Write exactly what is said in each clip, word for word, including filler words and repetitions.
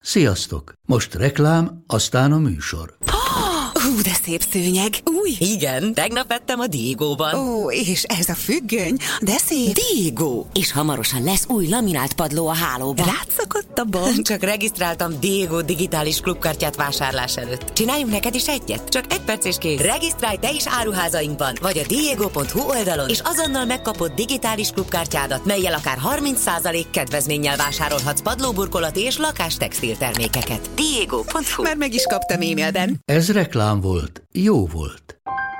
Sziasztok! Most reklám, aztán a műsor. Hú, de szép szőnyeg. Új? Igen, tegnap vettem a Diegóban. Ó, és ez a függöny, de szép. Diegó! És hamarosan lesz új laminált padló a hálóban. Rátszakott a bank. Csak regisztráltam Diegó digitális klubkártyát vásárlás előtt. Csináljunk neked is egyet? Csak egy perc és kész. Regisztrálj te is áruházainkban, vagy a diego pont hu oldalon, és azonnal megkapod digitális klubkártyádat, mellyel akár harminc százalék kedvezménnyel vásárolhatsz padlóburkolati és lakástextil termékeket. diego pont hu. Már meg is kaptam e-mailben. Ez reklám volt, jó volt.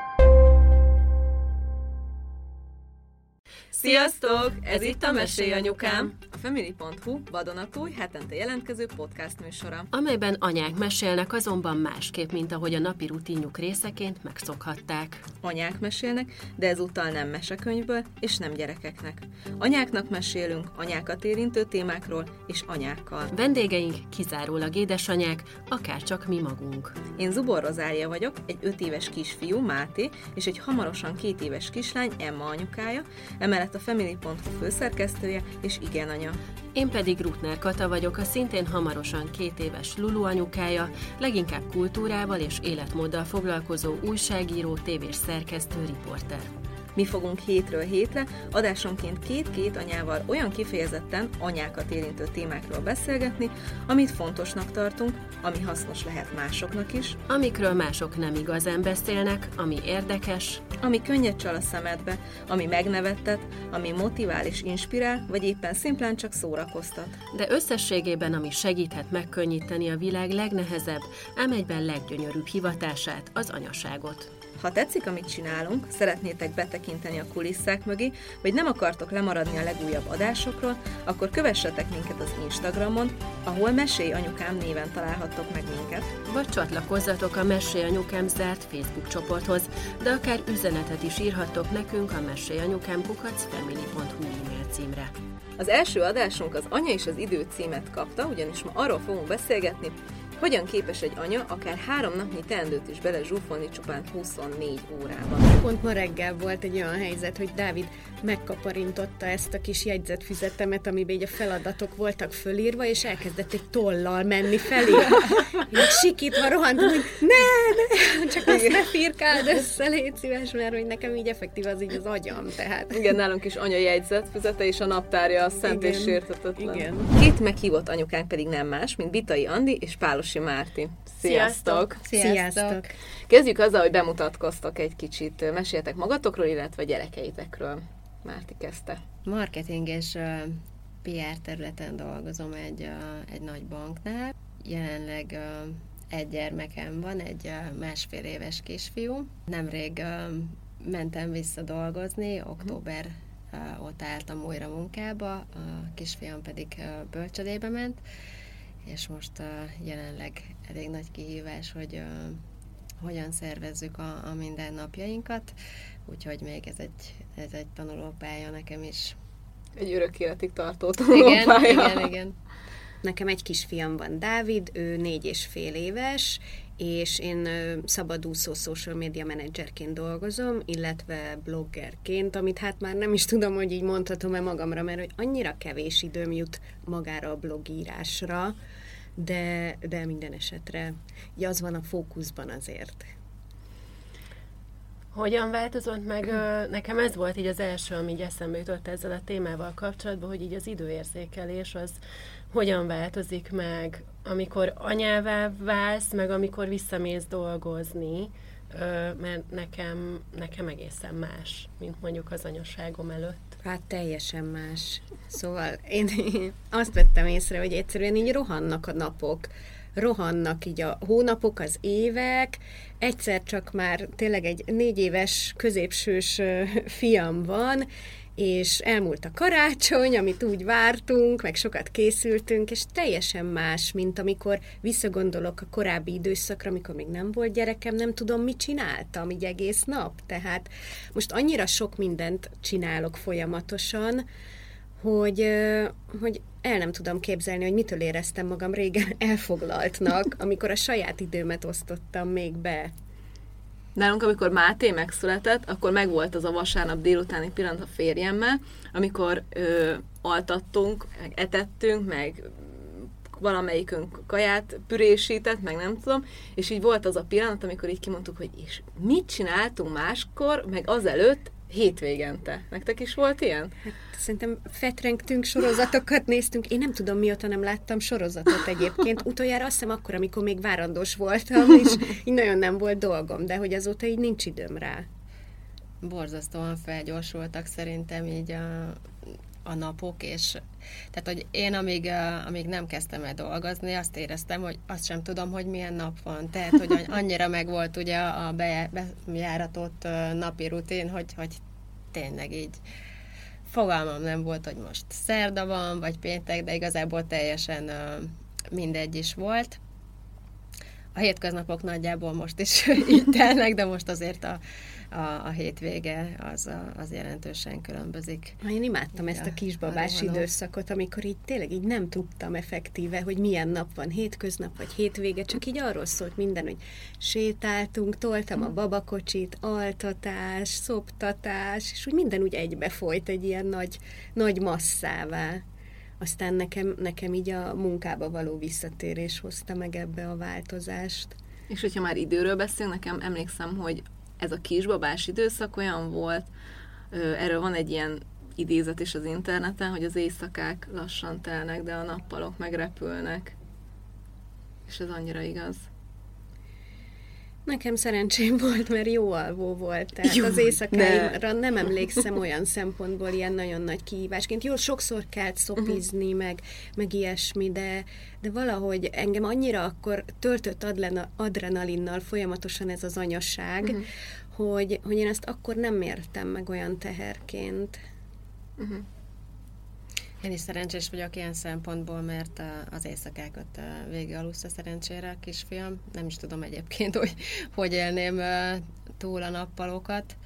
Sziasztok! Ez itt a Mesélj Anyukám, a Family pont hu vadonatúj, hetente jelentkező podcast műsora, amelyben anyák mesélnek, azonban másképp, mint ahogy a napi rutinjuk részeként megszokhatták. Anyák mesélnek, de ezúttal nem mesekönyvből és nem gyerekeknek. Anyáknak mesélünk, anyákat érintő témákról és anyákkal. Vendégeink kizárólag édesanyák, akárcsak mi magunk. Én Zubor Rozália vagyok, egy öt éves kisfiú, Máté, és egy hamarosan két éves kislány, Emma anyukája, emellett a Family pont hu főszerkesztője és igen anya. Én pedig Rutner Kata vagyok, a szintén hamarosan két éves Lulu anyukája, leginkább kultúrával és életmóddal foglalkozó újságíró, tévés szerkesztő, riporter. Mi fogunk hétről hétre, adásonként két-két anyával olyan kifejezetten anyákat érintő témákról beszélgetni, amit fontosnak tartunk, ami hasznos lehet másoknak is, amikről mások nem igazán beszélnek, ami érdekes, ami könnyed csal a szemedbe, ami megnevettet, ami motivál és inspirál, vagy éppen szimplán csak szórakoztat. De összességében, ami segíthet megkönnyíteni a világ legnehezebb, ám egyben leggyönyörűbb hivatását, az anyaságot. Ha tetszik, amit csinálunk, szeretnétek betekinteni a kulisszák mögé, vagy nem akartok lemaradni a legújabb adásokról, akkor kövessetek minket az Instagramon, ahol Mesélj Anyukám néven találhattok meg minket. Vagy csatlakozzatok a Mesélj Anyukám zárt Facebook csoporthoz, de akár üzenetet is írhattok nekünk a mesélyanyukám kukac family pont hu e-mail címre. Az első adásunk az Anya és az idő címet kapta, ugyanis ma arról fogunk beszélgetni, hogyan képes egy anya akár három napnyi teendőt is bele zsúfolni csupán huszonnégy órában. Pont ma reggel volt egy olyan helyzet, hogy Dávid megkaparintotta ezt a kis jegyzetfüzetemet, amiben így a feladatok voltak fölírva, és elkezdett egy tollal menni felé. Én sikítva rohantam, hogy ne, ne, csak azt ne firkáld össze, légy szíves, mert hogy nekem így effektív az így az agyam, tehát. Igen, nálunk is anya jegyzetfüzete, és a naptárja a szent és sérthetetlen. Igen. Két meghívott anyukánk pedig nem más, mint Bitai Andi és Pálosi Márti. Sziasztok! Sziasztok! Sziasztok! Kezdjük azzal, hogy bemutatkoztok egy kicsit. Meséljetek magatokról, illetve gyerekeitekről. Márti kezdte. Marketing és uh, pé er területen dolgozom egy, uh, egy nagy banknál. Jelenleg uh, egy gyermekem van, egy uh, másfél éves kisfiú. Nemrég uh, mentem vissza dolgozni, október uh, ott álltam újra munkába, a kisfiam pedig uh, bölcsödébe ment, és most uh, jelenleg elég nagy kihívás, hogy uh, hogyan szervezzük a, a mindennapjainkat, úgyhogy még ez egy, ez egy tanulópálya nekem is. Egy örök életig tartó tanulópálya. Igen, igen, igen. Nekem egy kisfiam van, Dávid, ő négy és fél éves, és én szabadúszó social media menedzserként dolgozom, illetve bloggerként, amit hát már nem is tudom, hogy így mondhatom-e magamra, mert hogy annyira kevés időm jut magára a blogírásra, de, de minden esetre így az van a fókuszban azért. Hogyan változott meg? Nekem ez volt így az első, ami így eszembe jutott ezzel a témával kapcsolatban, hogy így az időérzékelés az hogyan változik meg, amikor anyává válsz, meg amikor visszamész dolgozni, mert nekem, nekem egészen más, mint mondjuk az anyaságom előtt. Hát teljesen más. Szóval én azt vettem észre, hogy egyszerűen így rohannak a napok, rohannak így a hónapok, az évek, egyszer csak már tényleg egy négy éves középsős fiam van, és elmúlt a karácsony, amit úgy vártunk, meg sokat készültünk, és teljesen más, mint amikor visszagondolok a korábbi időszakra, amikor még nem volt gyerekem, nem tudom, mit csináltam így egész nap. Tehát most annyira sok mindent csinálok folyamatosan, hogy, hogy el nem tudom képzelni, hogy mitől éreztem magam régen elfoglaltnak, amikor a saját időmet osztottam még be. Nálunk, amikor Máté megszületett, akkor megvolt az a vasárnap délutáni pillanat a férjemmel, amikor ö, altattunk, meg etettünk, meg valamelyikünk kaját pürésített, meg nem tudom, és így volt az a pillanat, amikor így kimondtuk, hogy és mit csináltunk máskor, meg azelőtt hétvégente. Nektek is volt ilyen? Hát szerintem fetrengtünk, sorozatokat néztünk. Én nem tudom, mióta nem láttam sorozatot egyébként. Utoljára azt hiszem akkor, amikor még várandós voltam, és így nagyon nem volt dolgom, de hogy azóta így nincs időm rá. Borzasztóan felgyorsultak szerintem így a, a napok, és tehát, hogy én amíg, amíg nem kezdtem el dolgozni, azt éreztem, hogy azt sem tudom, hogy milyen nap van. Tehát, hogy annyira megvolt ugye a bejáratott napi rutin, hogy, hogy tényleg így fogalmam nem volt, hogy most szerda van, vagy péntek, de igazából teljesen mindegy is volt. A hétköznapok nagyjából most is így telnek, de most azért a, a, a hétvége az, a, az jelentősen különbözik. Én imádtam ezt a kisbabás időszakot, amikor így tényleg így nem tudtam effektíve, hogy milyen nap van, hétköznap vagy hétvége, csak így arról szólt minden, hogy sétáltunk, toltam a babakocsit, altatás, szoptatás, és úgy minden úgy egybe folyt egy ilyen nagy, nagy masszává. Aztán nekem, nekem így a munkába való visszatérés hozta meg ebbe a változást. És hogyha már időről beszélünk, nekem emlékszem, hogy ez a kisbabás időszak olyan volt, erről van egy ilyen idézet is az interneten, hogy az éjszakák lassan telnek, de a nappalok megrepülnek. És ez annyira igaz. Nekem szerencsém volt, mert jó alvó volt. Tehát jó, az éjszakáimra de... nem emlékszem olyan szempontból ilyen nagyon nagy kihívásként. Jó, sokszor kellett szopizni, uh-huh. meg, meg ilyesmi, de, de valahogy engem annyira akkor töltött adlena, adrenalinnal folyamatosan ez az anyaság, uh-huh. hogy, hogy én ezt akkor nem értem meg olyan teherként. Uh-huh. Én is szerencsés vagyok ilyen szempontból, mert az éjszakákat végig alussza szerencsére a kisfiam. Nem is tudom egyébként, hogy hogy élném túl a nappalokat,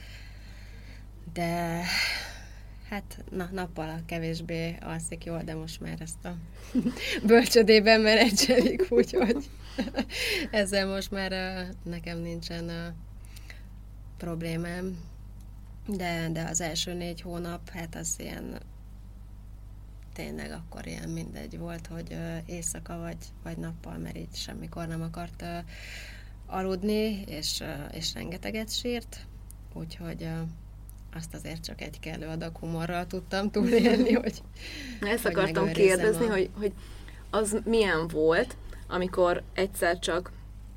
de hát na, nappal kevésbé alszik jól, de most már ezt a bölcsödében menedzselik, úgyhogy ezzel most már nekem nincsen problémám. De, de az első négy hónap, hát az ilyen tényleg akkor ilyen mindegy volt, hogy éjszaka vagy, vagy nappal, mert így semmikor nem akart aludni, és, és rengeteget sírt, úgyhogy azt azért csak egy kellő adag humorral tudtam túlélni, hogy ezt hogy akartam kérdezni, a... hogy, hogy az milyen volt, amikor egyszer csak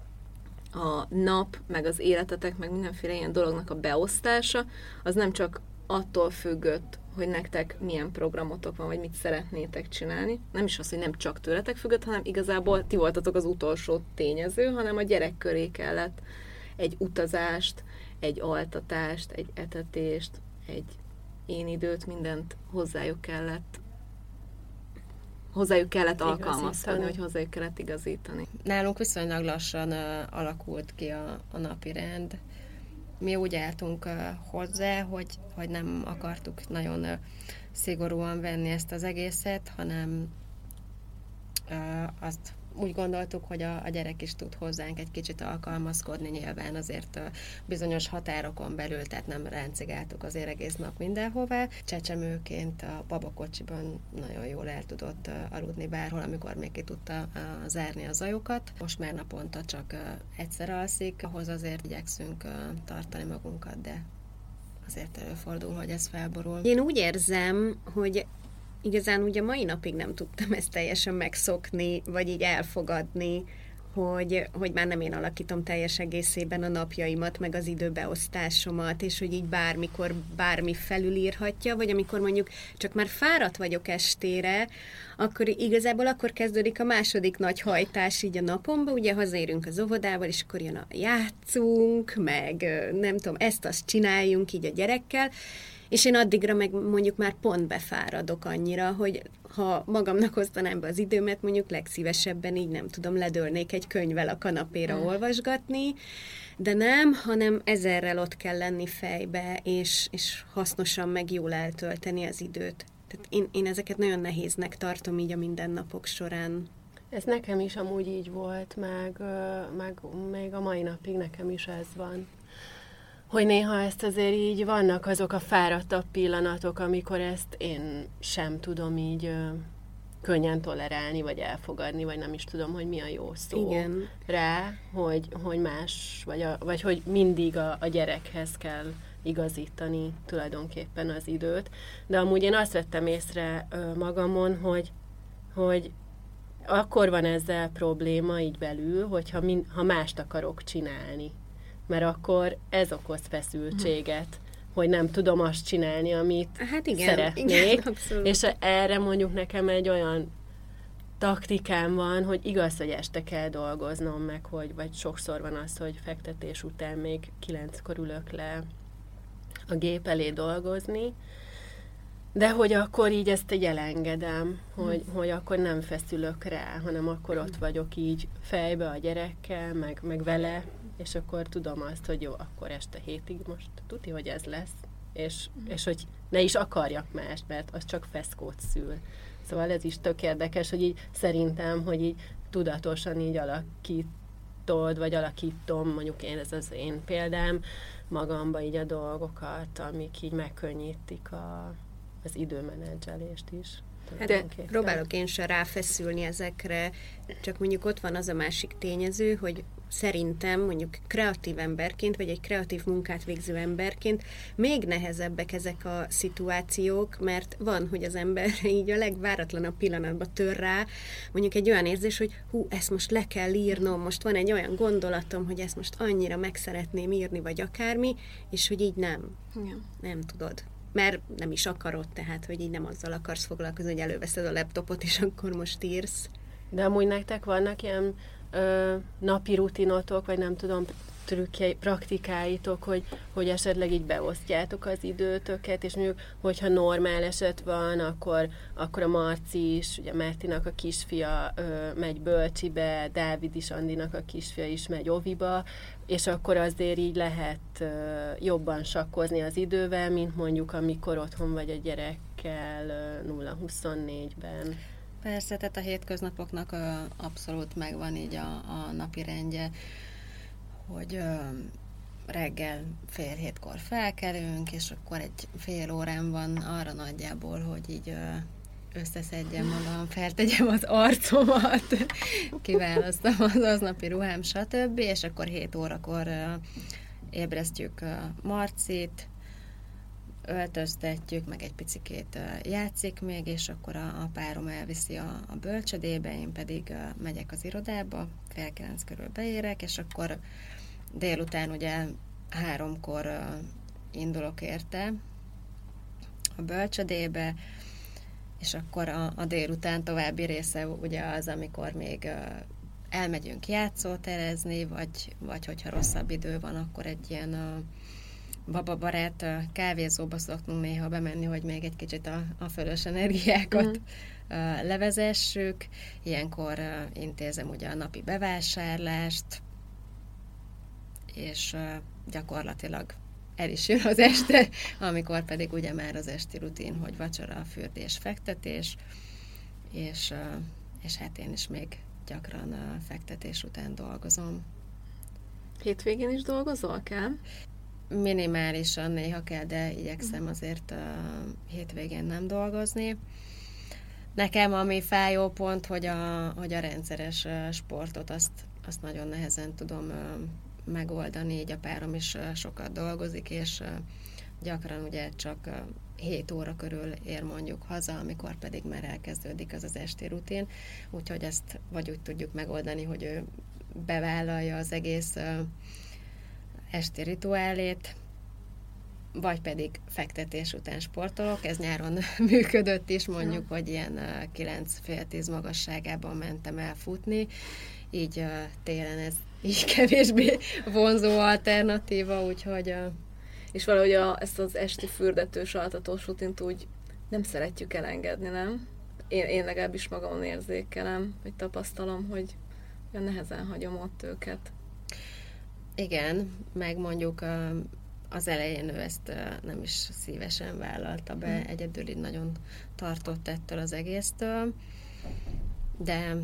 a nap, meg az életetek, meg mindenféle ilyen dolognak a beosztása, az nem csak attól függött, hogy nektek milyen programotok van, vagy mit szeretnétek csinálni. Nem is az, hogy nem csak tőletek függött, hanem igazából ti voltatok az utolsó tényező, hanem a gyerek köré kellett egy utazást, egy altatást, egy etetést, egy én időt, mindent hozzájuk kellett hozzájuk kellett alkalmazkodni, vagy hozzájuk kellett igazítani. Nálunk viszonylag lassan uh, alakult ki a, a napi rend. Mi úgy álltunk uh, hozzá, hogy, hogy nem akartuk nagyon uh, szigorúan venni ezt az egészet, hanem uh, azt úgy gondoltuk, hogy a, a gyerek is tud hozzánk egy kicsit alkalmazkodni, nyilván azért uh, bizonyos határokon belül, tehát nem ráncigáltuk azért egész nap mindenhová. Csecsemőként a babakocsiban nagyon jól el tudott uh, aludni bárhol, amikor még ki tudta uh, zárni az ajukat. Most már naponta csak uh, egyszer alszik, ahhoz azért igyekszünk uh, tartani magunkat, de azért előfordul, hogy ez felborul. Én úgy érzem, hogy igazán ugye mai napig nem tudtam ezt teljesen megszokni, vagy így elfogadni, hogy, hogy már nem én alakítom teljes egészében a napjaimat, meg az időbeosztásomat, és hogy így bármikor bármi felülírhatja, vagy amikor mondjuk csak már fáradt vagyok estére, akkor igazából akkor kezdődik a második nagy hajtás így a napomba, ugye hazaérünk az óvodával, és akkor jön a játszunk, meg nem tudom, ezt-azt csináljunk így a gyerekkel, és én addigra meg mondjuk már pont befáradok annyira, hogy ha magamnak osztanám be az időmet, mondjuk legszívesebben így nem tudom, ledőlnék egy könyvvel a kanapéra mm. olvasgatni, de nem, hanem ezerrel ott kell lenni fejbe, és, és hasznosan meg jól eltölteni az időt. Tehát én, én ezeket nagyon nehéznek tartom így a mindennapok során. Ez nekem is amúgy így volt, meg, meg még a mai napig nekem is ez van. Hogy néha ezt azért így vannak azok a fáradtabb pillanatok, amikor ezt én sem tudom így ö, könnyen tolerálni, vagy elfogadni, vagy nem is tudom, hogy mi a jó szó Igen. rá, hogy, hogy más, vagy, a, vagy hogy mindig a, a gyerekhez kell igazítani tulajdonképpen az időt. De amúgy én azt vettem észre ö, magamon, hogy, hogy akkor van ezzel probléma így belül, hogyha min, ha mást akarok csinálni. Mert akkor ez okoz feszültséget, hogy nem tudom azt csinálni, amit Hát igen, szeretnék. igen, abszolút. És erre mondjuk nekem egy olyan taktikám van, hogy igaz, hogy este kell dolgoznom meg, hogy, vagy sokszor van az, hogy fektetés után még kilenckor ülök le a gép elé dolgozni, de hogy akkor így ezt egy elengedem, hogy, hogy akkor nem feszülök rá, hanem akkor ott vagyok így fejbe a gyerekkel, meg, meg vele, és akkor tudom azt, hogy jó, akkor este hétig most tuti, hogy ez lesz, és, és hogy ne is akarjak mást, mert az csak feszkót szül. Szóval ez is tök érdekes, hogy így szerintem, hogy így tudatosan így alakítod, vagy alakítom, mondjuk én, ez az én példám, magamba így a dolgokat, amik így megkönnyítik a, az időmenedzselést is. Hát próbálok én se ráfeszülni ezekre, csak mondjuk ott van az a másik tényező, hogy szerintem mondjuk kreatív emberként, vagy egy kreatív munkát végző emberként még nehezebbek ezek a szituációk, mert van, hogy az ember így a legváratlanabb pillanatban tör rá, mondjuk egy olyan érzés, hogy hú, ezt most le kell írnom, most van egy olyan gondolatom, hogy ezt most annyira meg szeretném írni, vagy akármi, és hogy így nem. Igen. Nem tudod. Mert nem is akarod, tehát, hogy így nem azzal akarsz foglalkozni, hogy előveszed a laptopot, és akkor most írsz. De amúgy nektek vannak ilyen ö, napi rutinotok, vagy nem tudom, trükkjei, praktikáitok, hogy, hogy esetleg így beosztjátok az időtöket, és mondjuk, hogyha normál eset van, akkor, akkor a Marci is, ugye Mártinak a kisfia ö, megy bölcsibe, Dávid is, Andinak a kisfia is megy oviba, és akkor azért így lehet ö, jobban sakkozni az idővel, mint mondjuk amikor otthon vagy a gyerekkel ö, nulla huszonnégyben. Persze, tehát a hétköznapoknak ö, abszolút megvan így a, a napi rendje, hogy ö, reggel fél hétkor felkelünk, és akkor egy fél órán van arra nagyjából, hogy így ö, összeszedjem magam, feltegyem az arcomat, kiválasztom az aznapi ruhám, stb. És akkor hét órakor ö, ébresztjük ö, Marcit, öltöztetjük, meg egy picikét ö, játszik még, és akkor a, a párom elviszi a, a bölcsödébe, én pedig ö, megyek az irodába, fél kilenc körül beérek, és akkor délután ugye háromkor uh, indulok érte a bölcsödébe, és akkor a, a délután további része ugye az, amikor még uh, elmegyünk játszóterezni, vagy, vagy hogyha rosszabb idő van, akkor egy ilyen uh, bababarát uh, kávézóba szoktunk néha bemenni, hogy még egy kicsit a, a fölös energiákat mm. uh, levezessük. Ilyenkor uh, intézem ugye a napi bevásárlást, és uh, gyakorlatilag el is jön az este, amikor pedig ugye már az esti rutin, hogy vacsora, fürdés, fektetés, és, uh, és hát én is még gyakran uh, fektetés után dolgozom. Hétvégén is dolgozol kell? Minimálisan néha kell, de igyekszem azért uh, hétvégén nem dolgozni. Nekem ami fájó pont, hogy a, hogy a rendszeres uh, sportot azt, azt nagyon nehezen tudom uh, megoldani, így a párom is sokat dolgozik, és gyakran ugye csak hét óra körül ér mondjuk haza, amikor pedig már elkezdődik az az esti rutin, úgyhogy ezt vagy úgy tudjuk megoldani, hogy ő bevállalja az egész esti rituálét, vagy pedig fektetés után sportolok. Ez nyáron működött is, mondjuk, hogy ilyen kilenc fél tíz magasságában mentem el futni, így télen ez így kevésbé vonzó alternatíva, úgyhogy... A... És valahogy a, ezt az esti fürdetős, altatós rutint úgy nem szeretjük elengedni, nem? Én, én legalábbis magamon érzékelem, vagy tapasztalom, hogy olyan nehezen hagyom ott őket. Igen, meg mondjuk az elején ő ezt nem is szívesen vállalta be, hmm. egyedül így nagyon tartott ettől az egésztől, de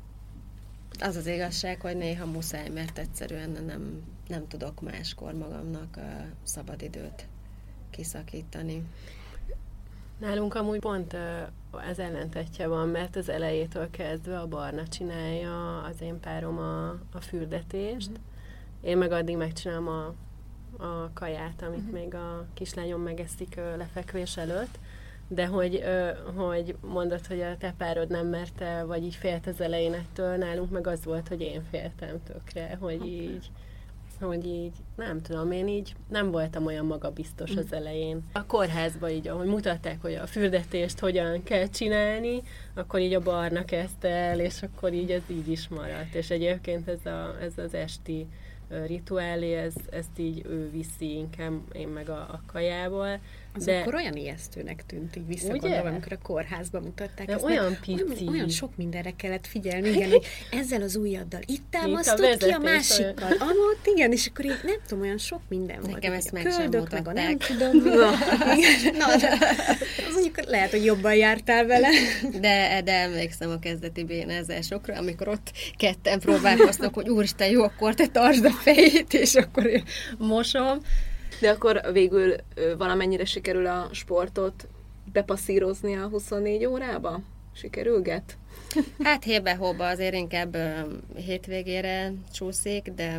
az az igazság, hogy néha muszáj, mert egyszerűen nem, nem tudok máskor magamnak uh, szabadidőt kiszakítani. Nálunk amúgy pont uh, az ellentetje van, mert az elejétől kezdve a Barna csinálja, az én párom a, a fürdetést, uh-huh. én meg addig megcsinálom a, a kaját, amit uh-huh. még a kislányom megeszik ö, lefekvés előtt, de hogy, ö, hogy mondod, hogy a te párod nem merte, vagy így félt az elején ettől, nálunk meg az volt, hogy én féltem tökre, hogy okay. így hogy így, nem tudom, én így nem voltam olyan magabiztos az elején. A kórházban így, ahogy mutatták, hogy a fürdetést hogyan kell csinálni, akkor így a Barna kezdte el, és akkor így ez így is maradt. És egyébként ez, a, ez az esti rituálé, ez, ezt így ő viszi inkább, én meg a, a kajából. Az de akkor olyan ijesztőnek tűnt, így visszagondolva, amikor a kórházba mutatták. Ezt olyan pici. Olyan, olyan sok mindenre kellett figyelni, igen, hogy ezzel az ujjaddal itt támasztott ki a másikkal. Amott, igen, és akkor így nem tudom, olyan sok minden volt. Nekem ezt meg köldök, sem meg a mutatták. nem tudom. Na, Na de, mondjuk lehet, hogy jobban jártál vele. De, de emlékszem a kezdeti bénázásokra, amikor ott ketten próbálkoztak, hogy úristen, jó, akkor te tartsd a fejét, és akkor én mosom. De akkor végül ö, valamennyire sikerül a sportot bepasszírozni a huszonnégy órába? Sikerülget? Hát hébe-hóba azért inkább ö, hétvégére csúszik, de,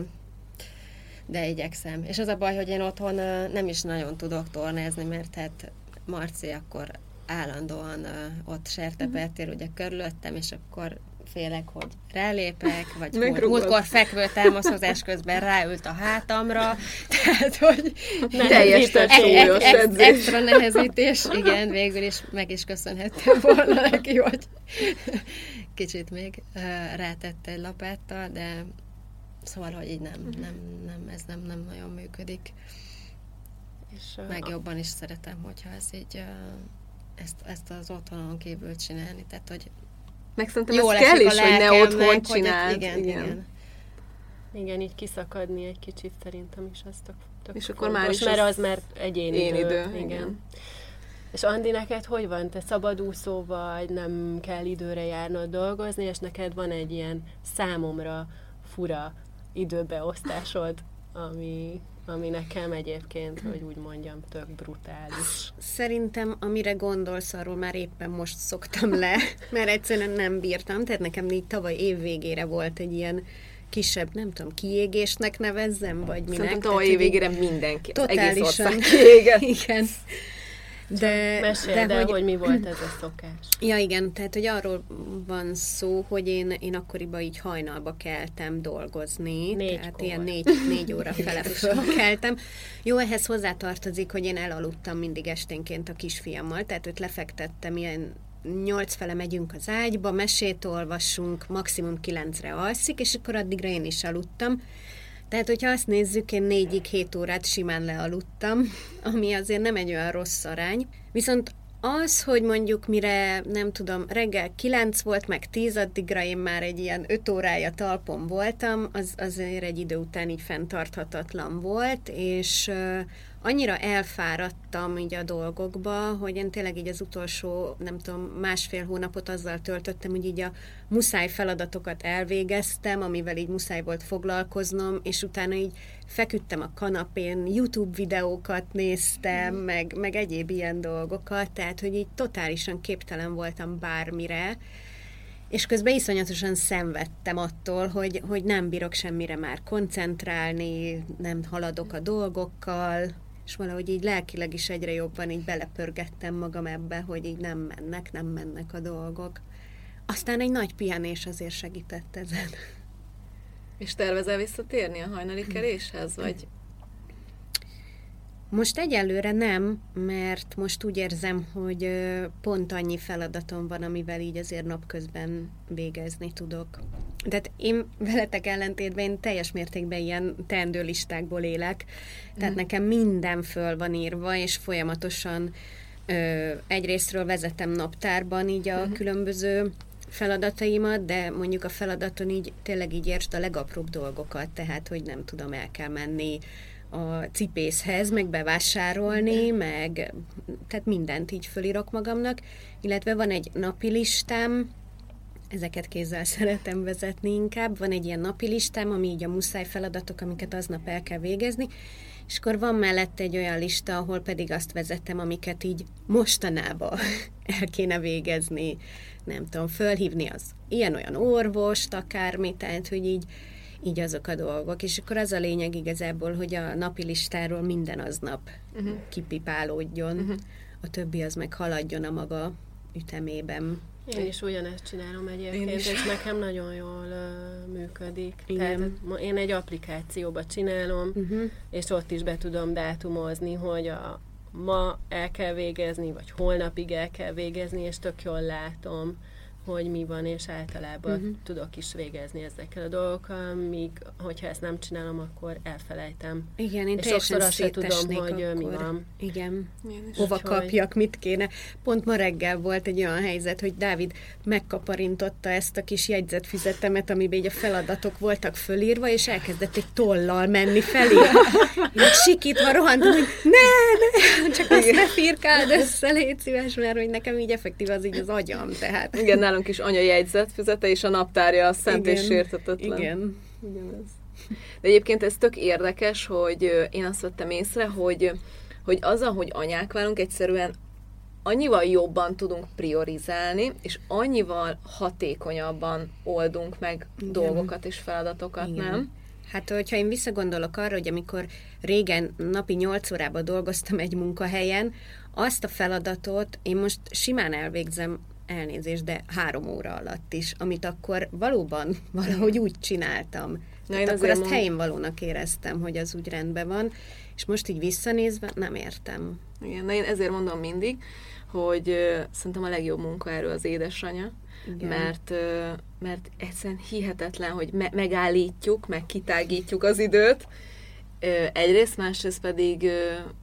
de igyekszem. És az a baj, hogy én otthon ö, nem is nagyon tudok tornázni, mert hát Marci akkor állandóan ö, ott sertepertél ugye körülöttem, és akkor félek, hogy rálépek, vagy hogy múltkor fekvő támaszhozás közben ráült a hátamra, tehát, hogy teljes súlyos edzés. Extra nehezítés, igen, végül is meg is köszönhettem volna neki, hogy kicsit még rátette egy lapáttal, de szóval, hogy így nem, nem, nem ez nem, nem nagyon működik. És meg jobban is szeretem, hogyha ez így ezt, ezt az otthonon kívül csinálni, tehát, hogy meg szerintem ez kell is, hogy ne otthon csináld. Igen, igen, igen. Igen, így kiszakadni egy kicsit szerintem is az tök, tök és akkor már is mert az, az már egyéni én idő. idő. Igen. igen. És Andi, neked hogy van? Te szabadúszó vagy, nem kell időre járnod dolgozni, és neked van egy ilyen számomra fura időbeosztásod, ami, ami nekem egyébként, hogy úgy mondjam, tök brutális. Szerintem, amire gondolsz, arról már éppen most szoktam le, mert egyszerűen nem bírtam, tehát nekem így tavaly év végére volt egy ilyen kisebb, nem tudom, kiégésnek nevezzem, vagy minek. Szerintem tavaly év végére mindenki, az egész ország kiégett. Igen. De, Mesélj, de, de hogy, hogy mi volt ez a szokás? Ja, igen, tehát, hogy arról van szó, hogy én, én akkoriban így hajnalba keltem dolgozni. Négykor. Tehát ilyen négy, négy óra fele keltem. Jó, ehhez hozzátartozik, hogy én elaludtam mindig esténként a kisfiammal, tehát őt lefektettem, ilyen nyolc fele megyünk az ágyba, mesét olvassunk, maximum kilencre alszik, és akkor addigra én is aludtam. Tehát, hogyha azt nézzük, én négyig hét órát simán lealudtam, ami azért nem egy olyan rossz arány. Viszont az, hogy mondjuk mire, nem tudom, reggel kilenc volt, meg tíz, addigra én már egy ilyen öt órája talpon voltam, az azért egy idő után így fenntarthatatlan volt, és uh, annyira elfáradtam így a dolgokba, hogy én tényleg így az utolsó, nem tudom, másfél hónapot azzal töltöttem, hogy így a muszáj feladatokat elvégeztem, amivel így muszáj volt foglalkoznom, és utána így feküdtem a kanapén, YouTube videókat néztem, mm. meg, meg egyéb ilyen dolgokat, tehát, hogy így totálisan képtelen voltam bármire, és közben iszonyatosan szenvedtem attól, hogy, hogy nem bírok semmire már koncentrálni, nem haladok a dolgokkal, és valahogy így lelkileg is egyre jobban így belepörgettem magam ebbe, hogy így nem mennek, nem mennek a dolgok. Aztán egy nagy pihenés azért segített ezen. És tervezel visszatérni a hajnali keléshez, vagy? Most egyelőre nem, mert most úgy érzem, hogy pont annyi feladatom van, amivel így azért napközben végezni tudok. Tehát én veletek ellentétben én teljes mértékben ilyen teendőlistákból élek, tehát mm. nekem minden föl van írva, és folyamatosan ö, egyrésztről vezetem naptárban így a mm. különböző feladataimat, de mondjuk a feladaton így tényleg így értsd a legapróbb dolgokat, tehát hogy nem tudom, el kell menni a cipészhez, meg bevásárolni, meg tehát mindent így fölírok magamnak, illetve van egy napi listám, Ezeket kézzel szeretem vezetni inkább. Van egy ilyen napi listám, ami így a muszáj feladatok, amiket aznap el kell végezni, és akkor van mellette egy olyan lista, ahol pedig azt vezetem, amiket így mostanában el kéne végezni. Nem tudom, fölhívni az ilyen-olyan orvost, akármi, tehát, hogy így, így azok a dolgok. És akkor az a lényeg igazából, hogy a napi listáról minden aznap uh-huh. kipipálódjon, uh-huh. a többi az meg haladjon a maga ütemében. Én is ugyanezt csinálom egyébként, és nekem nagyon jól uh, működik. Igen. Tehát én egy applikációba csinálom, uh-huh. és ott is be tudom dátumozni, hogy a ma el kell végezni, vagy holnapig el kell végezni, és tök jól látom, hogy mi van, és általában uh-huh. tudok is végezni ezekkel a dolgokkal, míg hogyha ezt nem csinálom, akkor elfelejtem. Igen, én és sokszor azt sem tudom, akkor. hogy mi van. Igen. Hova úgy, kapjak, hogy... mit kéne. Pont ma reggel volt egy olyan helyzet, hogy Dávid megkaparintotta ezt a kis jegyzetfüzetemet, amiben így a feladatok voltak fölírva, és elkezdett egy tollal menni felé. Én sikítva rohantam, hogy ne, ne, csak azt ne firkáld össze, légy szíves, mert hogy nekem így effektív az így az agyam, tehát. Igen, nálunk is anya jegyzetfüzete, és a naptárja a szent igen, és sérthetetlen. Igen. Ugyanez. De egyébként ez tök érdekes, hogy én azt vettem észre, hogy, hogy az, ahogy anyák válunk, egyszerűen annyival jobban tudunk priorizálni, és annyival hatékonyabban oldunk meg igen. dolgokat és feladatokat, igen. nem? Hát, hogyha én visszagondolok arra, hogy amikor régen napi nyolc órában dolgoztam egy munkahelyen, azt a feladatot én most simán elvégzem, elnézést, de három óra alatt is, amit akkor valóban valahogy úgy csináltam. Tehát akkor azt mond... helyén valónak éreztem, hogy az úgy rendben van, és most így visszanézve nem értem. Igen, de én ezért mondom mindig, hogy uh, szerintem a legjobb munkaerő az édesanya, igen. mert, uh, mert egyszerűen hihetetlen, hogy me- megállítjuk, meg kitágítjuk az időt. Uh, egyrészt, másrészt pedig uh,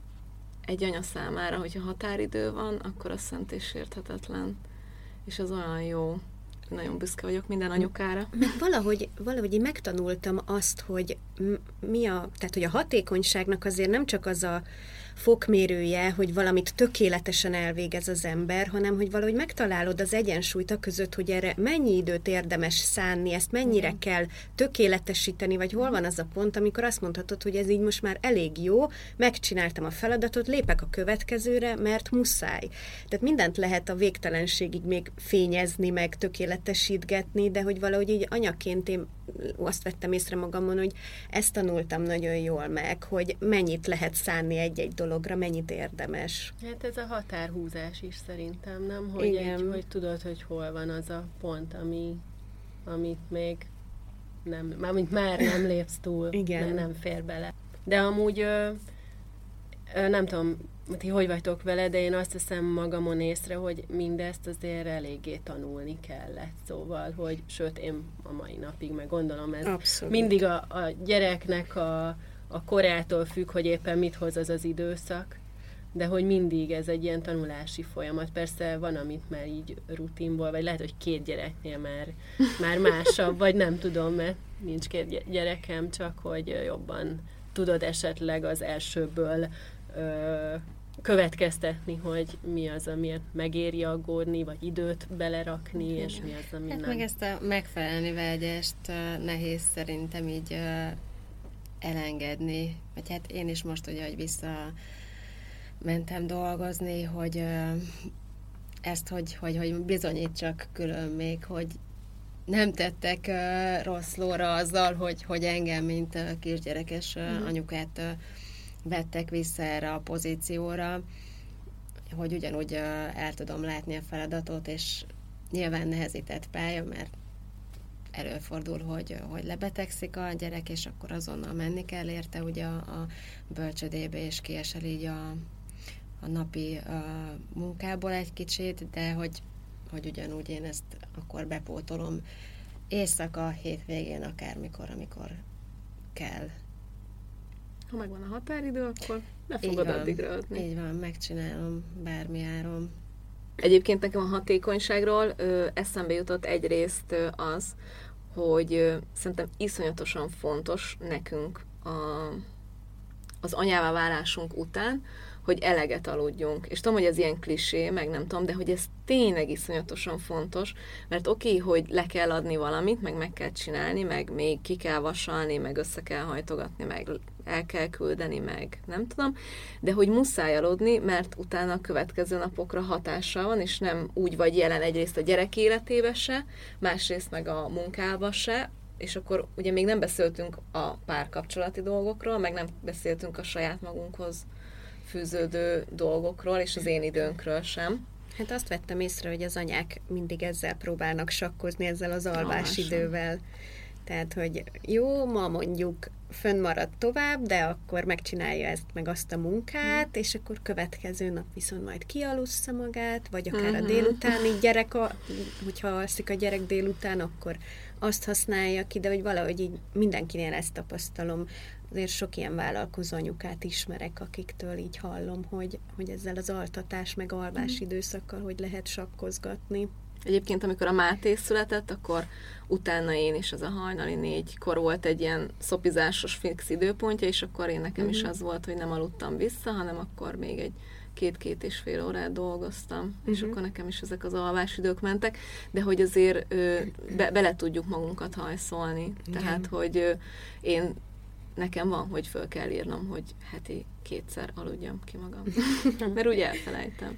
egy anya számára, hogyha határidő van, akkor az szent és sérthetetlen. És az olyan jó. Nagyon büszke vagyok minden anyukára. Meg valahogy, valahogy én megtanultam azt, hogy mi a, tehát hogy a hatékonyságnak azért nem csak az a fokmérője, hogy valamit tökéletesen elvégez az ember, hanem hogy valahogy megtalálod az egyensúlyt a között, hogy erre mennyi időt érdemes szánni, ezt mennyire mm. kell tökéletesíteni, vagy hol van az a pont, amikor azt mondhatod, hogy ez így most már elég jó, megcsináltam a feladatot, lépek a következőre, mert muszáj. Tehát mindent lehet a végtelenségig még fényezni, meg tökéletesítgetni, de hogy valahogy így anyaként én azt vettem észre magamon, hogy ezt tanultam nagyon jól meg, hogy mennyit lehet szánni egy-egy dologra, mennyit érdemes. Hát ez a határhúzás is szerintem, nem? Hogy, egy, hogy tudod, hogy hol van az a pont, ami, amit még nem, mármint már nem lépsz túl, igen. nem fér bele. De amúgy ö, ö, nem tudom, ti hogy vagytok vele, de én azt veszem magamon észre, hogy mindezt azért eléggé tanulni kellett. Szóval, hogy sőt, én a mai napig meg gondolom, ez abszolút. Mindig a, a gyereknek a, a korától függ, hogy éppen mit hoz az az időszak, de hogy mindig ez egy ilyen tanulási folyamat. Persze van, amit már így rutinból, vagy lehet, hogy két gyereknél már, már másabb, vagy nem tudom, mert nincs két gyerekem, csak hogy jobban tudod esetleg az elsőből ö, következtetni, hogy mi az, amiért megéri aggódni, vagy időt belerakni, igen. és mi az, ami hát nem. Meg ezt a megfelelni vágyást uh, nehéz szerintem így uh, elengedni. Vagy hát én is most ugye, hogy vissza mentem dolgozni, hogy uh, ezt, hogy, hogy, hogy bizonyítsak külön még, hogy nem tettek uh, rossz lóra azzal, hogy, hogy engem, mint uh, kisgyerekes uh, mm. anyukát uh, vettek vissza erre a pozícióra, hogy ugyanúgy uh, el tudom látni a feladatot, és nyilván nehezített pálya, mert előfordul, hogy, hogy lebetegszik a gyerek, és akkor azonnal menni kell érte ugye a, a bölcsödébe, és kiesel így a, a napi a munkából egy kicsit, de hogy, hogy ugyanúgy én ezt akkor bepótolom éjszaka, hétvégén, akármikor, amikor kell. Ha megvan a határidő, akkor ne fogod addigra adni. Így van, megcsinálom bármi áron. Egyébként nekem a hatékonyságról ö, eszembe jutott egyrészt ö, az, hogy ö, szerintem iszonyatosan fontos nekünk a, az anyává válásunk után, hogy eleget aludjunk. És tudom, hogy ez ilyen klisé, meg nem tudom, de hogy ez tényleg iszonyatosan fontos, mert oké, okay, hogy le kell adni valamit, meg meg kell csinálni, meg még ki kell vasalni, meg össze kell hajtogatni, meg el kell küldeni, meg nem tudom, de hogy muszáj aludni, mert utána a következő napokra hatással van, és nem úgy vagy jelen egyrészt a gyerek életébe se, másrészt meg a munkába se, és akkor ugye még nem beszéltünk a párkapcsolati dolgokról, meg nem beszéltünk a saját magunkhoz fűződő dolgokról, és az én időnkről sem. Hát azt vettem észre, hogy az anyák mindig ezzel próbálnak sakkozni, ezzel az alvásidővel. Tehát, hogy jó, ma mondjuk fönnmarad tovább, de akkor megcsinálja ezt, meg azt a munkát, mm. és akkor következő nap viszont majd kialussza magát, vagy akár mm-hmm. a délutáni gyerek, a, hogyha alszik a gyerek délután, akkor azt használja ki, de hogy valahogy így mindenkinél ezt tapasztalom. Azért sok ilyen vállalkozó anyukát ismerek, akiktől így hallom, hogy, hogy ezzel az altatás meg alvás időszakkal hogy lehet sakkozgatni. Egyébként, amikor a Máté született, akkor utána én is, az a hajnali négykor volt egy ilyen szopizásos fix időpontja, és akkor én nekem mm-hmm. is az volt, hogy nem aludtam vissza, hanem akkor még egy két-két és fél órát dolgoztam, mm-hmm. és akkor nekem is ezek az alvásidők mentek, de hogy azért ö, be, bele tudjuk magunkat hajszolni. Igen. Tehát, hogy ö, én nekem van, hogy föl kell írnom, hogy heti kétszer aludjam ki magam. Mert úgy elfelejtem.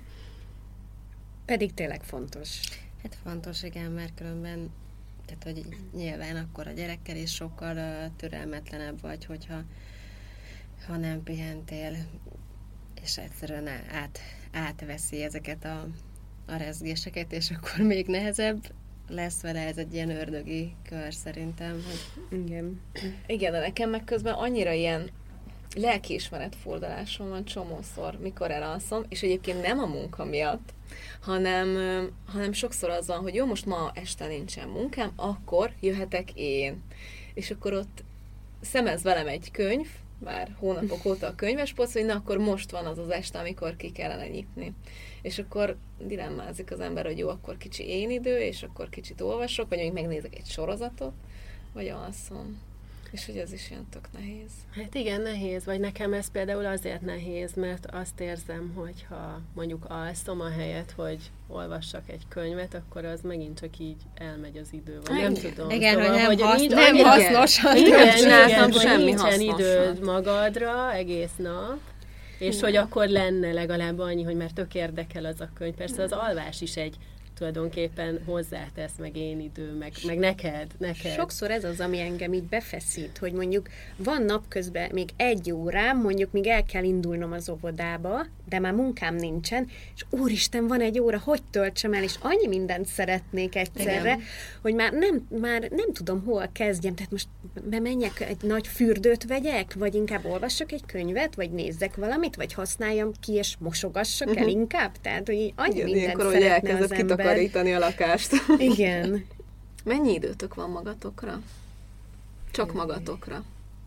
Pedig tényleg fontos. Hát fontos, igen, mert különben, tehát hogy nyilván akkor a gyerekkel is sokkal uh, türelmetlenebb vagy, hogyha ha nem pihentél, és egyszerűen át, átveszi ezeket a, a rezgéseket, és akkor még nehezebb lesz vele, ez egy ilyen ördögi kör szerintem. Hogy... Igen. Igen, de nekem meg közben annyira ilyen lelkiismeret fordulásom van csomószor, mikor elalszom, és egyébként nem a munka miatt, hanem, hanem sokszor az van, hogy jó, most ma este nincsen munkám, akkor jöhetek én. És akkor ott szemez velem egy könyv, már hónapok óta a könyvespolc, hogy na, akkor most van az az este, amikor ki kellene nyitni. És akkor dilemmázik az ember, hogy jó, akkor kicsi én idő, és akkor kicsit olvasok, vagy még megnézek egy sorozatot, vagy alszom. És hogy ez is ilyen tök nehéz. Hát igen, nehéz, vagy nekem ez például azért nehéz, mert azt érzem, hogy ha mondjuk alszom a helyet, hogy olvassak egy könyvet, akkor az megint csak így elmegy az idő, vagy nem tudom. Igen, szóval, hogy nem, hogy hasz, nincs, nem igen, hasznos. Igen, igen, igen, igen, semmi nincsen hasznosat. időd magadra egész nap, és igen. hogy akkor lenne legalább annyi, hogy már tök érdekel az a könyv. Persze az alvás is egy tulajdonképpen hozzátesz, meg én idő, meg, meg neked, neked. Sokszor ez az, ami engem így befeszít, hogy mondjuk van napközben még egy órám, mondjuk még el kell indulnom az óvodába, de már munkám nincsen, és úristen, van egy óra, hogy töltsem el, és annyi mindent szeretnék egyszerre, igen. hogy már nem, már nem tudom, hol kezdjem, tehát most bemenjek, egy nagy fürdőt vegyek, vagy inkább olvassak egy könyvet, vagy nézzek valamit, vagy használjam ki, és mosogassak el inkább, tehát, hogy így annyi igen, mindent ilyenkor, szeretne az ember. Kitakarítani a lakást. Igen. Mennyi időtök van magatokra? Csak magatokra.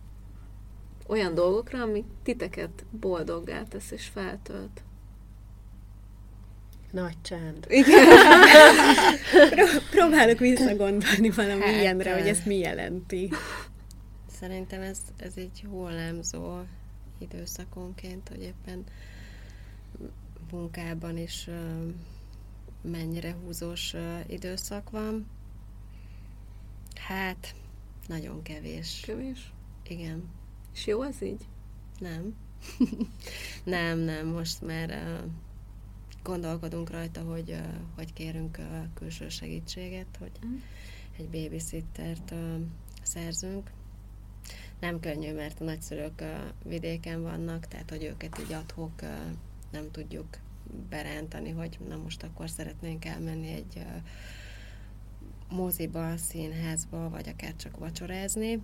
Olyan dolgokra, ami titeket boldoggá tesz és feltölt. Nagy csend. Igen. Pró- próbálok visszagondolni valami hát, ilyenre, hogy ezt mi jelenti. Szerintem ez, ez egy hullámzó időszakonként, hogy éppen munkában is mennyire húzós uh, időszak van. Hát, nagyon kevés. Kevés? Igen. És jó ez így? Nem. nem, nem, most már uh, gondolkodunk rajta, hogy, uh, hogy kérünk uh, külső segítséget, hogy mm. egy babysittert uh, szerzünk. Nem könnyű, mert a nagyszülők uh, vidéken vannak, tehát hogy őket így ad-hoc uh, nem tudjuk berántani, hogy na most akkor szeretnénk elmenni egy uh, moziba, színházba, vagy akár csak vacsorázni.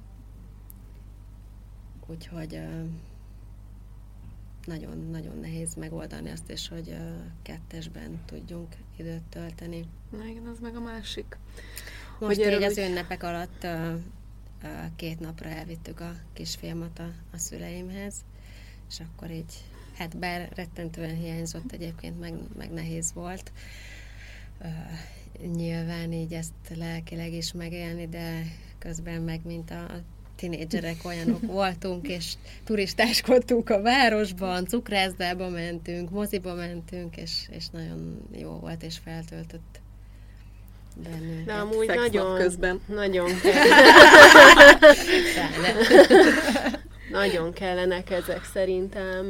Úgyhogy uh, nagyon-nagyon nehéz megoldani azt is, hogy uh, kettesben tudjunk időt tölteni. Na igen, az meg a másik. Most így az ünnepek alatt uh, uh, két napra elvittük a kisfiamat a, a szüleimhez, és akkor így hát bár rettentően hiányzott egyébként, meg, meg nehéz volt. Uh, nyilván így ezt lelkileg is megélni, de közben meg mint a tinédzserek olyanok voltunk, és turistáskodtunk a városban, cukrászdába mentünk, moziba mentünk, és, és nagyon jó volt, és feltöltött bennünket. De amúgy Szexnap nagyon, közben. nagyon nagyon kellenek ezek szerintem,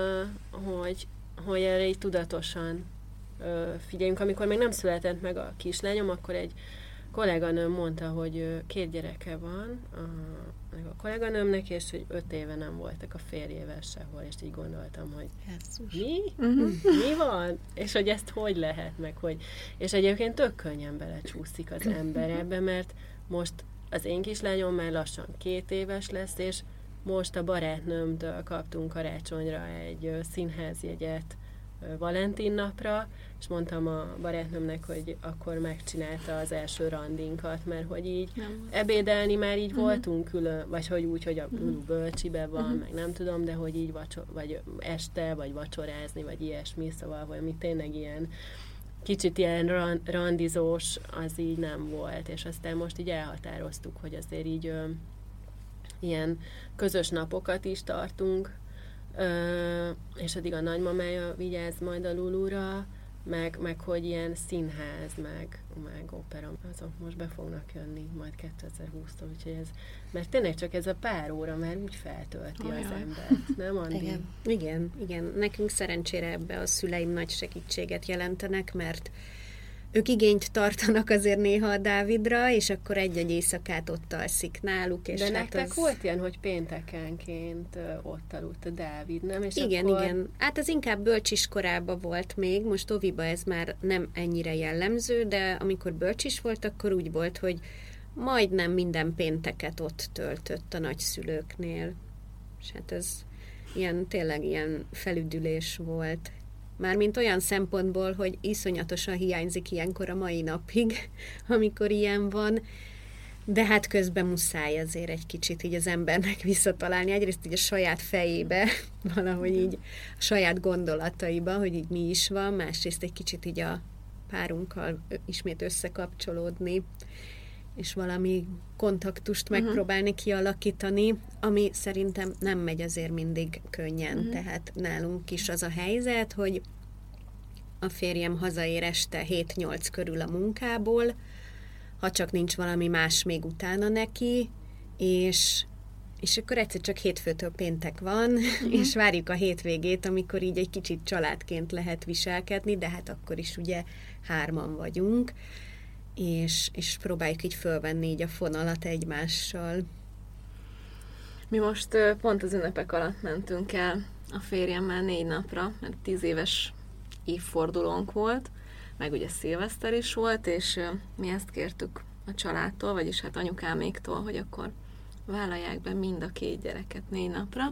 hogy, hogy erre így tudatosan figyeljünk. Amikor még nem született meg a kislányom, akkor egy kolléganőm mondta, hogy két gyereke van a, meg a kolléganőmnek, és hogy öt éve nem voltak a férjével sehol, és így gondoltam, hogy Jesszus. mi? Uh-huh. Mi van? És hogy ezt hogy lehet meg, hogy... És egyébként tök könnyen belecsúszik az ember ebbe, mert most az én kislányom már lassan két éves lesz, és most a barátnőmtől kaptunk karácsonyra egy színházjegyet Valentin napra, és mondtam a barátnőmnek, hogy akkor megcsinálta az első randinkat, mert hogy így nem. ebédelni már így uh-huh. voltunk külön, vagy hogy úgy, hogy a uh-huh. bölcsibe van, uh-huh. meg nem tudom, de hogy így vacsor, vagy este, vagy vacsorázni, vagy ilyesmi, szóval valami tényleg ilyen kicsit ilyen randizós, az így nem volt, és aztán most így elhatároztuk, hogy azért így ö, ilyen közös napokat is tartunk, Ö, és addig a nagymamája vigyáz majd a Lulura, meg, meg hogy ilyen színház, meg, meg opera, azok most be fognak jönni majd kétezer-húsztól, úgyhogy ez, mert tényleg csak ez a pár óra már úgy feltölti Olyan. az embert, nem Andi? Igen. igen, igen. Nekünk szerencsére ebbe a szüleim nagy segítséget jelentenek, mert ők igényt tartanak azért néha a Dávidra, és akkor egy-egy éjszakát ott alszik náluk. És De hát nektek az... volt ilyen, hogy péntekenként ott aludt a Dávid, nem? És igen, akkor... igen. Hát az inkább bölcsiskorában volt még, most óviba ez már nem ennyire jellemző, de amikor bölcsis volt, akkor úgy volt, hogy majdnem minden pénteket ott töltött a nagyszülőknél. És hát ez ilyen, tényleg ilyen felüdülés volt. Mármint olyan szempontból, hogy iszonyatosan hiányzik ilyenkor a mai napig, amikor ilyen van, de hát közben muszáj azért egy kicsit így az embernek visszatalálni. Egyrészt így a saját fejébe, valahogy így a saját gondolataiba, hogy így mi is van, másrészt egy kicsit így a párunkkal ismét összekapcsolódni, és valami kontaktust uh-huh. megpróbálni kialakítani, ami szerintem nem megy azért mindig könnyen. Uh-huh. Tehát nálunk is az a helyzet, hogy a férjem hazaér este hét-nyolc körül a munkából, ha csak nincs valami más még utána neki, és, és akkor egyszer csak hétfőtől péntek van, uh-huh. és várjuk a hétvégét, amikor így egy kicsit családként lehet viselkedni, de hát akkor is ugye hárman vagyunk, és, és próbáljuk így fölvenni így a fonalat egymással. Mi most pont az ünnepek alatt mentünk el a férjemmel négy napra, mert tíz éves évfordulónk volt, meg ugye szilveszter is volt, és mi ezt kértük a családtól, vagyis hát anyukáméktól, hogy akkor vállalják be mind a két gyereket négy napra,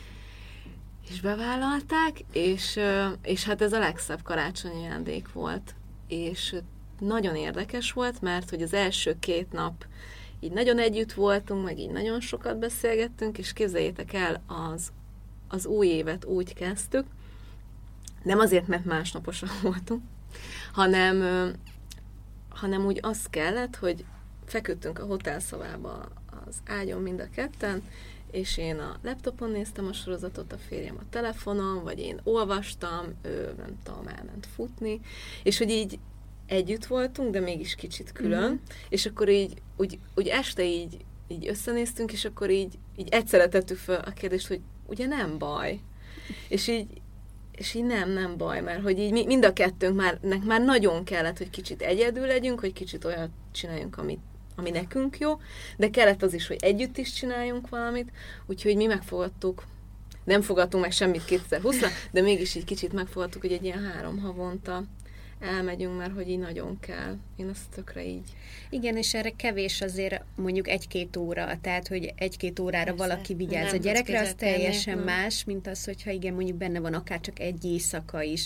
és bevállalták, és, és hát ez a legszebb karácsonyi ajándék volt, és nagyon érdekes volt, mert hogy az első két nap így nagyon együtt voltunk, meg így nagyon sokat beszélgettünk, és képzeljétek el, az, az új évet úgy kezdtük, nem azért, mert másnaposan voltunk, hanem, hanem úgy az kellett, hogy feküdtünk a hotelszobába az ágyon mind a ketten, és én a laptopon néztem a sorozatot, a férjem a telefonon, vagy én olvastam, ő nem tudom, elment futni, és hogy így együtt voltunk, de mégis kicsit külön, uh-huh. és akkor így, úgy, úgy este így, így összenéztünk, és akkor így, így egyszerre tettük fel a kérdést, hogy ugye nem baj. És így, és így nem, nem baj, mert hogy így mind a kettőnk már, nek már nagyon kellett, hogy kicsit egyedül legyünk, hogy kicsit olyat csináljunk, amit, ami nekünk jó, de kellett az is, hogy együtt is csináljunk valamit, úgyhogy mi megfogadtuk, nem fogadtunk meg semmit kétezer-húszra, de mégis így kicsit megfogadtuk, hogy egy ilyen három havonta elmegyünk, mert hogy így nagyon kell. Én azt tökre így. Igen, és erre kevés azért mondjuk egy-két óra, tehát, hogy egy-két órára Persze, valaki vigyáz nem a gyerekre, az teljesen nem. más, mint az, hogyha igen, mondjuk benne van akár csak egy éjszaka is,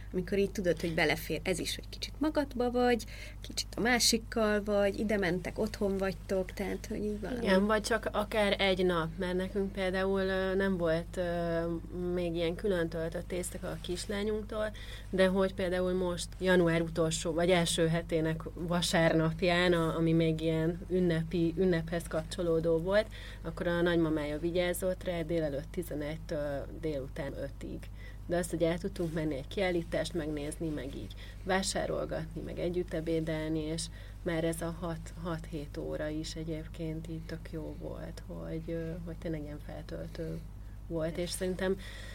amikor így tudod, hogy belefér ez is, hogy kicsit magadba vagy, kicsit a másikkal vagy, ide mentek, otthon vagytok, tehát, hogy így valami. Igen, vagy csak akár egy nap, mert nekünk például nem volt még ilyen külön töltött éjszaka a kislányunktól, de hogy például most január utolsó, vagy első hetének vasárnapján, ami még ilyen ünnepi, ünnephez kapcsolódó volt, akkor a nagymamája vigyázott rá délelőtt tizenegytől délután ötig. De azt, hogy el tudtunk menni egy kiállítást megnézni, meg így vásárolgatni, meg együtt ebédelni, és már ez a hat-hét óra is egyébként így tök jó volt, hogy, hogy tényleg ilyen feltöltő volt, és szerintem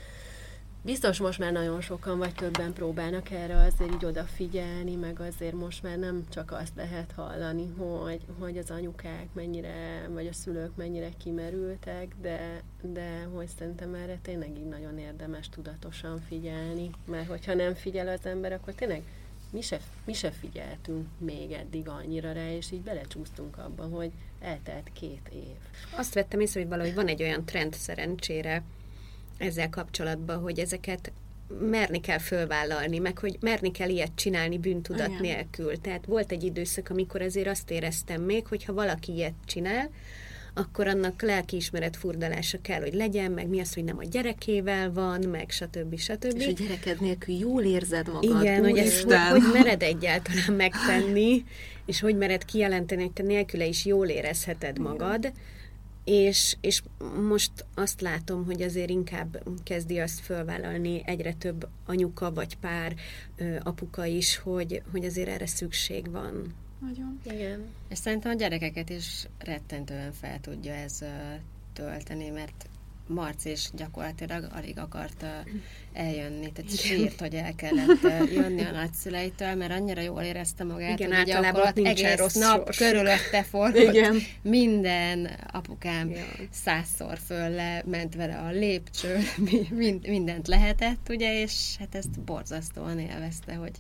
biztos most már nagyon sokan vagy többen próbálnak erre azért így odafigyelni, meg azért most már nem csak azt lehet hallani, hogy, hogy az anyukák mennyire, vagy a szülők mennyire kimerültek, de, de hogy szerintem erre tényleg így nagyon érdemes tudatosan figyelni, mert hogyha nem figyel az ember, akkor tényleg mi se, mi se figyeltünk még eddig annyira rá, és így belecsúsztunk abba, hogy eltelt két év. Azt vettem észre, hogy valahogy van egy olyan trend szerencsére ezzel kapcsolatban, hogy ezeket merni kell fölvállalni, meg hogy merni kell ilyet csinálni bűntudat Igen. nélkül. Tehát volt egy időszak, amikor azért azt éreztem még, hogy ha valaki ilyet csinál, akkor annak lelkiismeret furdalása kell, hogy legyen, meg mi az, hogy nem a gyerekével van, meg stb. stb. És a gyereked nélkül jól érzed magad. Igen, hogy ezt hogy, hogy mered egyáltalán megtenni, és hogy mered kijelenteni, hogy te nélküle is jól érezheted magad. És, és most azt látom, hogy azért inkább kezdi azt fölvállalni egyre több anyuka vagy pár ö, apuka is, hogy, hogy azért erre szükség van. Nagyon. Igen. És szerintem a gyerekeket is rettentően fel tudja ez uh, tölteni, mert Marci is gyakorlatilag alig akart uh, eljönni, tehát sírt, hogy el kellett uh, jönni a nagyszüleitől, mert annyira jól érezte magát, Igen, hogy általában egész rossz nap sorsuk. körülötte fordult. Igen. Minden apukám Ja. százszor föl le, ment vele a lépcső, mind, mindent lehetett, ugye, és hát ezt borzasztóan élvezte, hogy,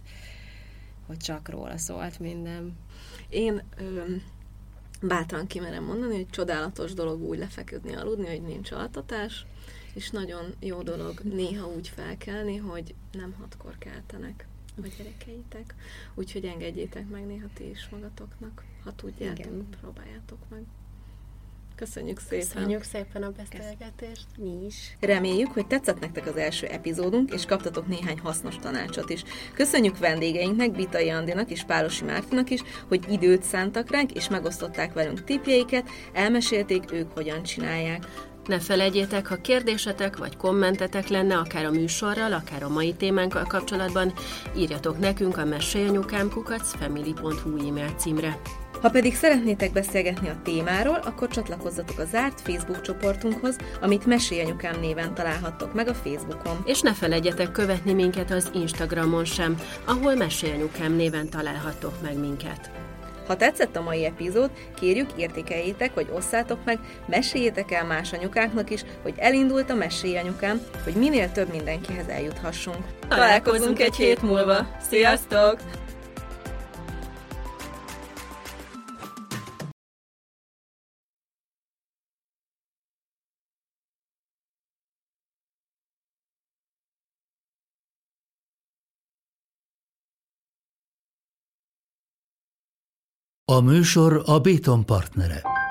hogy csak róla szólt minden. Én öm, bátran kimerem mondani, hogy csodálatos dolog úgy lefeküdni, aludni, hogy nincs altatás, és nagyon jó dolog néha úgy felkelni, hogy nem hatkor keltenek a gyerekeitek. Úgyhogy engedjétek meg néha ti is magatoknak, ha tudjátok, Igen. próbáljátok meg. Köszönjük szépen! Köszönjük szépen a beszélgetést! Mi is. Reméljük, hogy tetszett nektek az első epizódunk, és kaptatok néhány hasznos tanácsot is. Köszönjük vendégeinknek, Bitai Andinak és Pálosi Mártinak is, hogy időt szántak ránk, és megosztották velünk tippjeiket, elmesélték ők, hogyan csinálják. Ne felejtjétek, ha kérdésetek vagy kommentetek lenne, akár a műsorral, akár a mai témánkkal kapcsolatban, írjatok nekünk a mesélj-anyukám kukac family pont hu e-mail címre. Ha pedig szeretnétek beszélgetni a témáról, akkor csatlakozzatok a zárt Facebook csoportunkhoz, amit Mesélj Anyukám néven találhattok meg a Facebookon. És ne felejtjetek követni minket az Instagramon sem, ahol Mesélj Anyukám néven találhattok meg minket. Ha tetszett a mai epizód, kérjük, értékeljétek, vagy osszátok meg, meséljétek el más anyukáknak is, hogy elindult a Mesélj Anyukám, hogy minél több mindenkihez eljuthassunk. Találkozunk egy hét múlva! Sziasztok! A műsor a Béton partnere.